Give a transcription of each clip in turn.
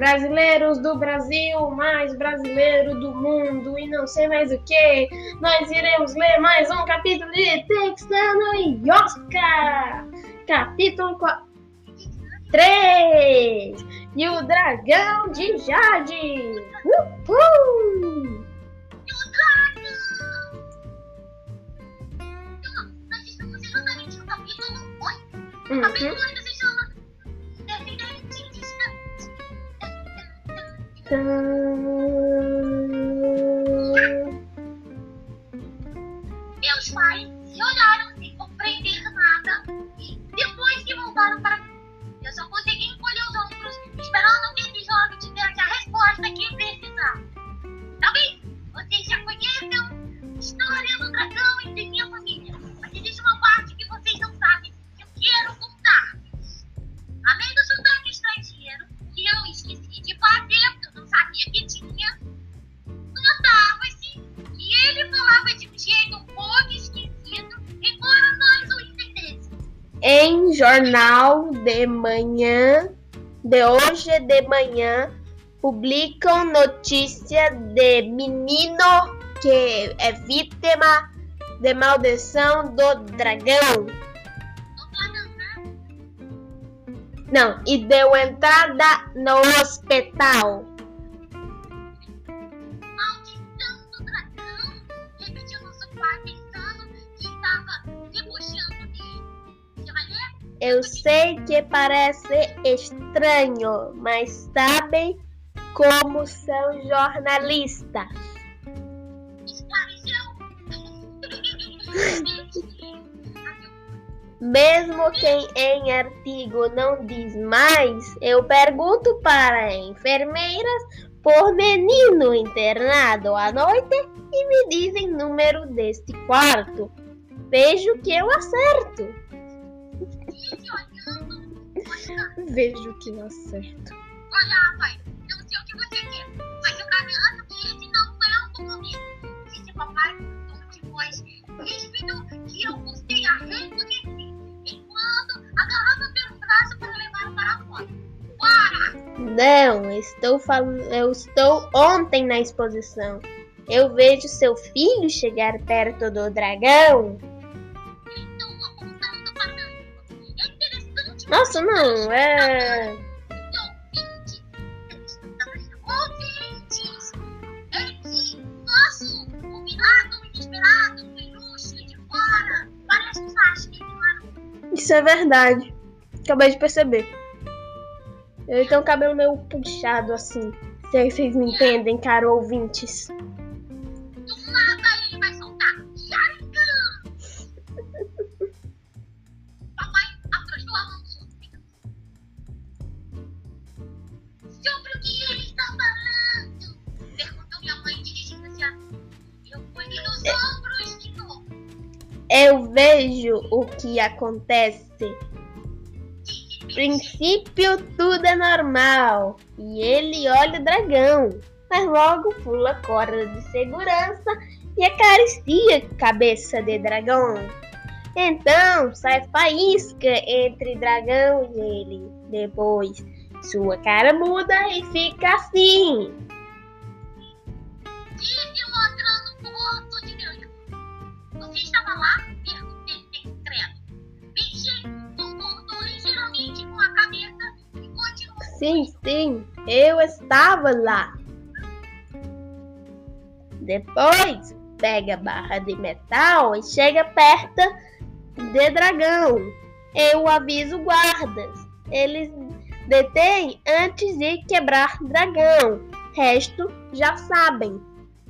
brasileiros do Brasil, mais brasileiro do mundo e não sei mais o que, nós iremos ler mais um capítulo de Texano e Oscar, capítulo 3, e o dragão de Jade. Uhul! Nós estamos exatamente no capítulo 8. Uhum. Capítulo 8 se chama Descendente Distante. Meus pais se olharam sem compreender nada e depois se voltaram para mim. Eu só consegui encolher os ombros, esperando que esse jovem tivesse a resposta que precisava. Talvez vocês já conheçam a história do dragão entre minha família, mas existe uma parte que vocês não sabem que eu quero contar. Além do sotaque estrangeiro, que eu esqueci de fazer, porque eu não sabia que tinha, notava-se que ele falava de um jeito um pouco esquisito, embora nós o entendêssemos. Em jornal de manhã, de hoje de manhã, publicam notícia de menino que é vítima de maldição do dragão. Não, e deu entrada no hospital. Maldição do dragão, repetiu nosso pai pensando que estava debochando dele. Você vai ler? Eu sei que parece estranho, mas sabem como são jornalistas. Esclareceu? Mesmo quem em artigo não diz mais, eu pergunto para enfermeiras por menino internado à noite e me dizem número deste quarto. Vejo que eu acerto. Disse olhando. Vejo que eu acerto. Olha, rapaz, eu não sei o que você quer, mas eu garanto que esse não é um documento. Disse papai com um tom de voz ríspido que eu custei a reconhecer, enquanto agarrava pelo braço para levá-lo para fora. Para! Não, eu estou ontem na exposição. Eu vejo seu filho chegar perto do dragão. Estou apontando para meu irmão. É interessante. Nossa, não, é... Ouvintes! É que nosso convidado inesperado do luxo de fora parece um sashimi, claro. Isso é verdade. Acabei de perceber. Eu tenho o cabelo meio puxado assim. Se aí vocês me entendem, caro ouvintes. Do nada ele vai soltar Sharingan! Papai afrouxou a mão do suspiro. Sobre o que ele está falando? Perguntou minha mãe dirigindo-se a mim. Eu colhi nos ombros de novo. Eu vejo o que acontece. Princípio tudo é normal. E ele olha o dragão. Mas logo pula a corda de segurança e acaricia a cabeça de dragão. Então sai faísca entre dragão e ele. Depois sua cara muda e fica assim. Disse mostrando o rosto de meu irmão. Você estava lá? Perguntei incrédulo. Mexi concordou ligeiramente com a cabeça e continuou. Sim, eu estava lá. Depois pega a barra de metal e chega perto de dragão. Eu aviso guardas. Eles detêm antes de quebrar dragão. Resto já sabem.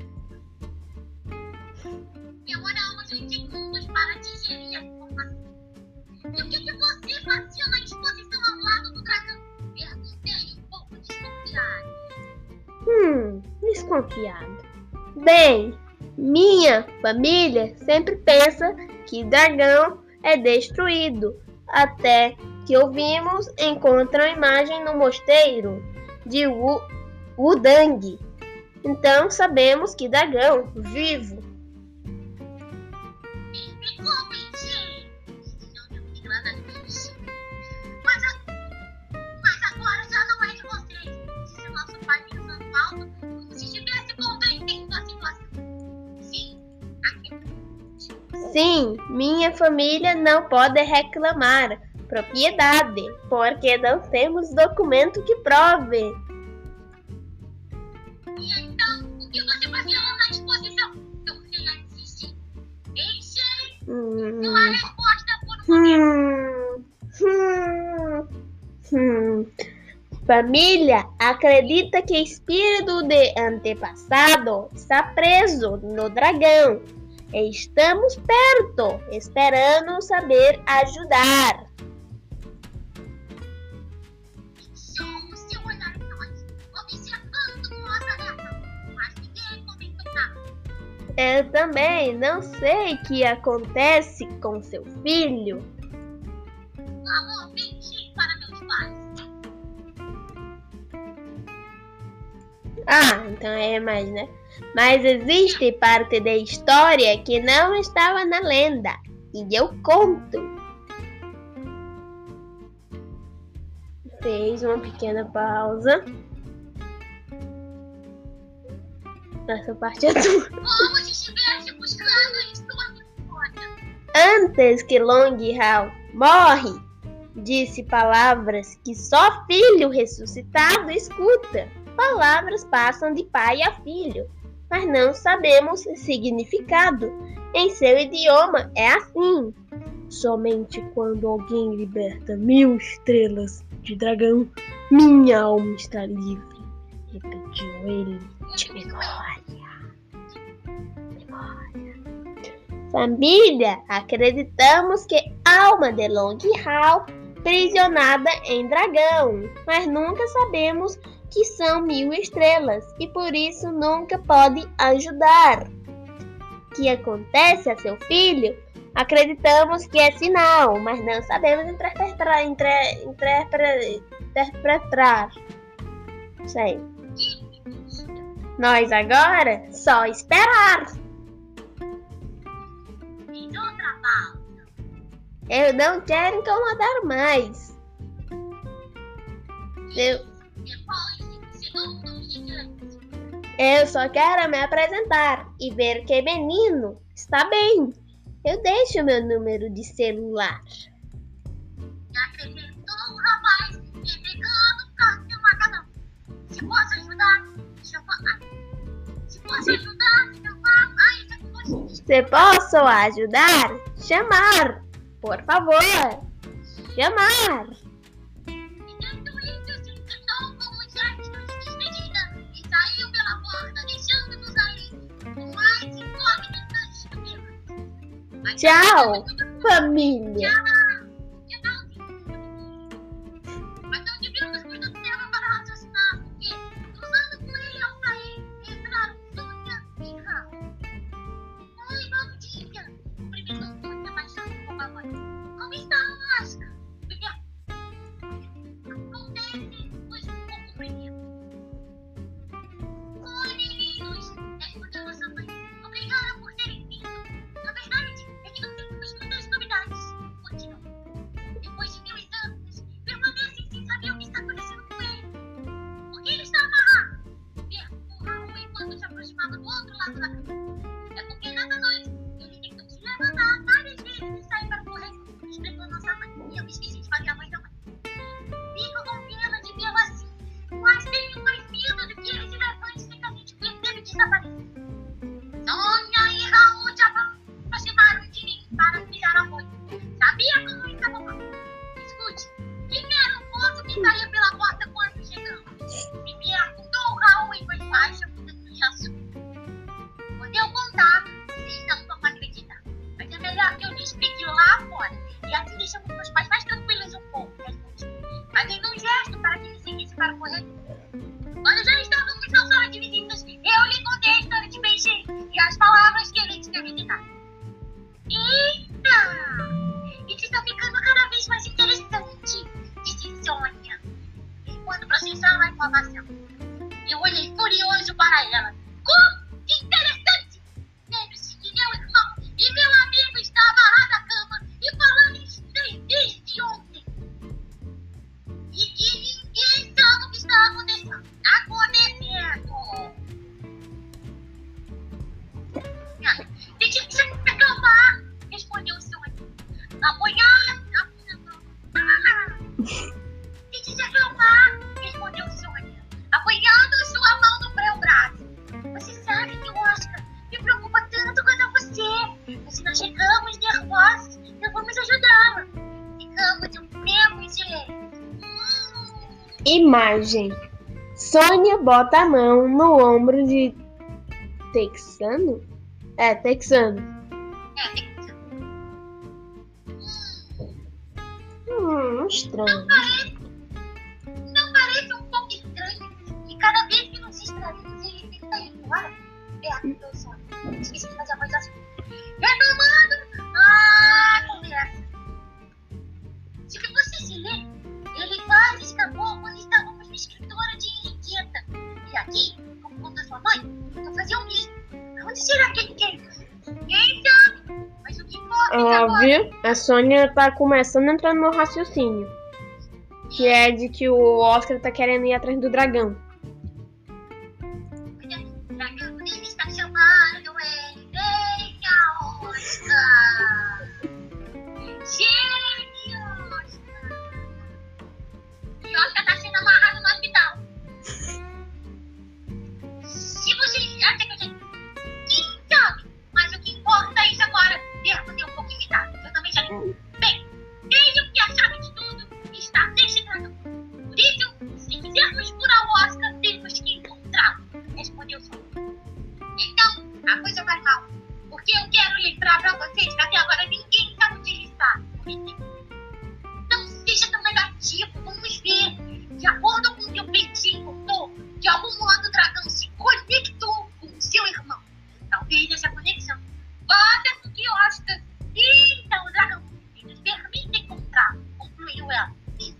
Demoramos uns segundos para digerir a informação. E o que você fazia na exposição ao lado do dragão? Perguntei um pouco desconfiado. Desconfiado. Bem, minha família sempre pensa que dragão é destruído. Até que ouvimos encontram a imagem no mosteiro de Wudang. Então sabemos que dragão vivo. Me convencei. Não deu de nada disso. Mas agora já não é de vocês. Sim, minha família não pode reclamar propriedade, porque não temos documento que prove. E então, o que você fazia lá na exposição? Seu filho insiste. Enchei. Não há resposta por um momento. Família acredita que espírito de antepassado está preso no dragão. Estamos perto, esperando saber ajudar. Show o seu olhar em nós, observando nossa tarefa, mas ninguém comentou nada. Eu também não sei o que acontece com seu filho. Vou mentir para meus pais. Então é mais, né? Mas existe parte da história que não estava na lenda, e eu conto. Fez uma pequena pausa. Essa parte é tua. Como se estivesse buscando em sua memória. Antes que Long Hao morre, disse palavras que só filho ressuscitado escuta. Palavras passam de pai a filho, mas não sabemos o significado. Em seu idioma é assim. Somente quando alguém liberta 1000 estrelas de dragão, minha alma está livre, repetiu ele de memória. Família, acreditamos que alma de Long Hao prisionada em dragão, mas nunca sabemos que são 1000 estrelas e por isso nunca pode ajudar. O que acontece a seu filho? Acreditamos que é sinal, mas não sabemos interpretar. Isso aí. Nós agora só esperar. Em outra pausa. Eu não quero incomodar mais. Eu só quero me apresentar e ver que menino está bem. Eu deixo meu número de celular. Acrescentou o rapaz, entregando o carro de uma cada um. Se posso ajudar, chamar. Se posso ajudar, chamar. Ai, já que você. Se posso ajudar, chamar. Por favor, chamar. Dito isso, se inclinou com um gesto de despedida e saiu pela porta, deixando-nos ali com mais incógnitas do que. Tchau, família. Mas não tivemos muito tempo para raciocinar, porque, cruzando com ele ao sair, entraram Sônia e Rafa. Oi, bom dia! Cumprimentou Sônia, baixando um pouco a voz. Como está a Oscar? Acontece, pois um pouco primeiro. Oi, meninos! Respondeu nossa mãe. Obrigada por terem vindo. Na verdade, é que não temos muitas novidades. Continuou. Depois de 1000 anos, permanecem sem saber o que está acontecendo com ele. Por que ele está amarrado? Perguntou Raul enquanto se aproximava do outro lado da cama. É porque nessa noite ele tentou se levantar várias vezes e sair para correr, explicou nossa mãe. E eu me esqueci de fazer a mãe também. Fico com pena de vê-lo assim, mas tenho mais medo de que ele se levante sem que a gente perceba e desapareça. Sônia e Raul se aproximaram de mim para me dar apoio. Sabia como estava mal. Escute, quem era o moço que saía pela porta quando chegamos? Me perguntou Raul em voz baixa, mudando de assunto. Quando eu contar, vocês não vão acreditar. Mas é melhor que eu lhe explique lá fora. E assim deixamos meus pais mais tranquilos um pouco, respondi. Fazendo um gesto para que ele seguisse para o corredor. Quando já estávamos na sala de visitas, eu lhe contei a história de Beijing e as palavras que ele tinha me dado. Eita! Isso está ficando cada vez mais interessante, disse Sônia, enquanto processava a informação. Eu olhei furioso para ela. Como? Que interessante! Lembre-se que meu irmão e meu amigo estão amarrados à cama e falando em inglês desde ontem. E que ninguém sabe o que está acontecendo. Tem que se acalmar, Imagem. Sônia bota a mão no ombro de Texano? Texano. Tem que ser. Estranho. Não parece um pouco estranho que cada vez que nos distraímos ele tenta ir embora perto do sonho. Esqueci de fazer a voz assim. Retomando a conversa. Se você se lê, ele quase escapou quando estávamos no escritório de Henriqueta. E aqui, como conta sua mãe, eu fazia o mesmo. Onde será que ele quer ir? Quem sabe? Mas o que importa agora? Viu? A Sônia tá começando a entrar no meu raciocínio. Que é de que o Oscar tá querendo ir atrás do dragão. O dragão dele está chamando ele. Venha, Oscar! Chegue, Oscar! E Oscar tá sendo amarrado no hospital. Se vocês acham que a gente... Quem sabe? Mas o que importa é isso agora. Devo ter um pouco irritado. Eu também já li. Bem, vejo que a chave de tudo está neste dragão. Por isso, se quisermos curar o Oscar, temos que encontrá-lo. Respondeu Sônia. Então, a coisa vai mal. Porque eu quero lembrar pra vocês que até agora ninguém sabe onde ele está. Não seja tão negativo. Vamos ver. De acordo com o que o Peitinho contou, de algum modo o dragão se conectou com o seu irmão. Talvez essa conexão faça com que Oscar sinta o dragão e nos permita encontrá-lo, concluiu ela.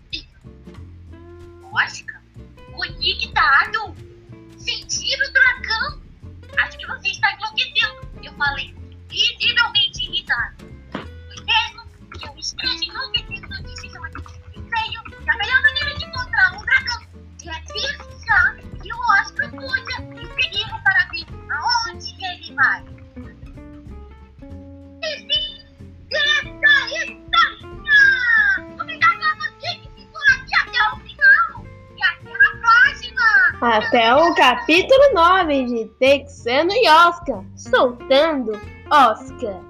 Oscar? Conectado? Sentir o dragão? Acho que você está enlouquecendo, eu falei, visivelmente irritado. Pois mesmo que eu esteja enlouquecendo notícias são aqui. Creio que a melhor maneira de encontrar um dragão é verificar que o Oscar cuida e seguir para ver aonde ele vai. Enfim, dessa historinha! Obrigado a você que ficou aqui até o final! E até a próxima! Até o capítulo 9 de Texano e Oscar. Soltando Oscar.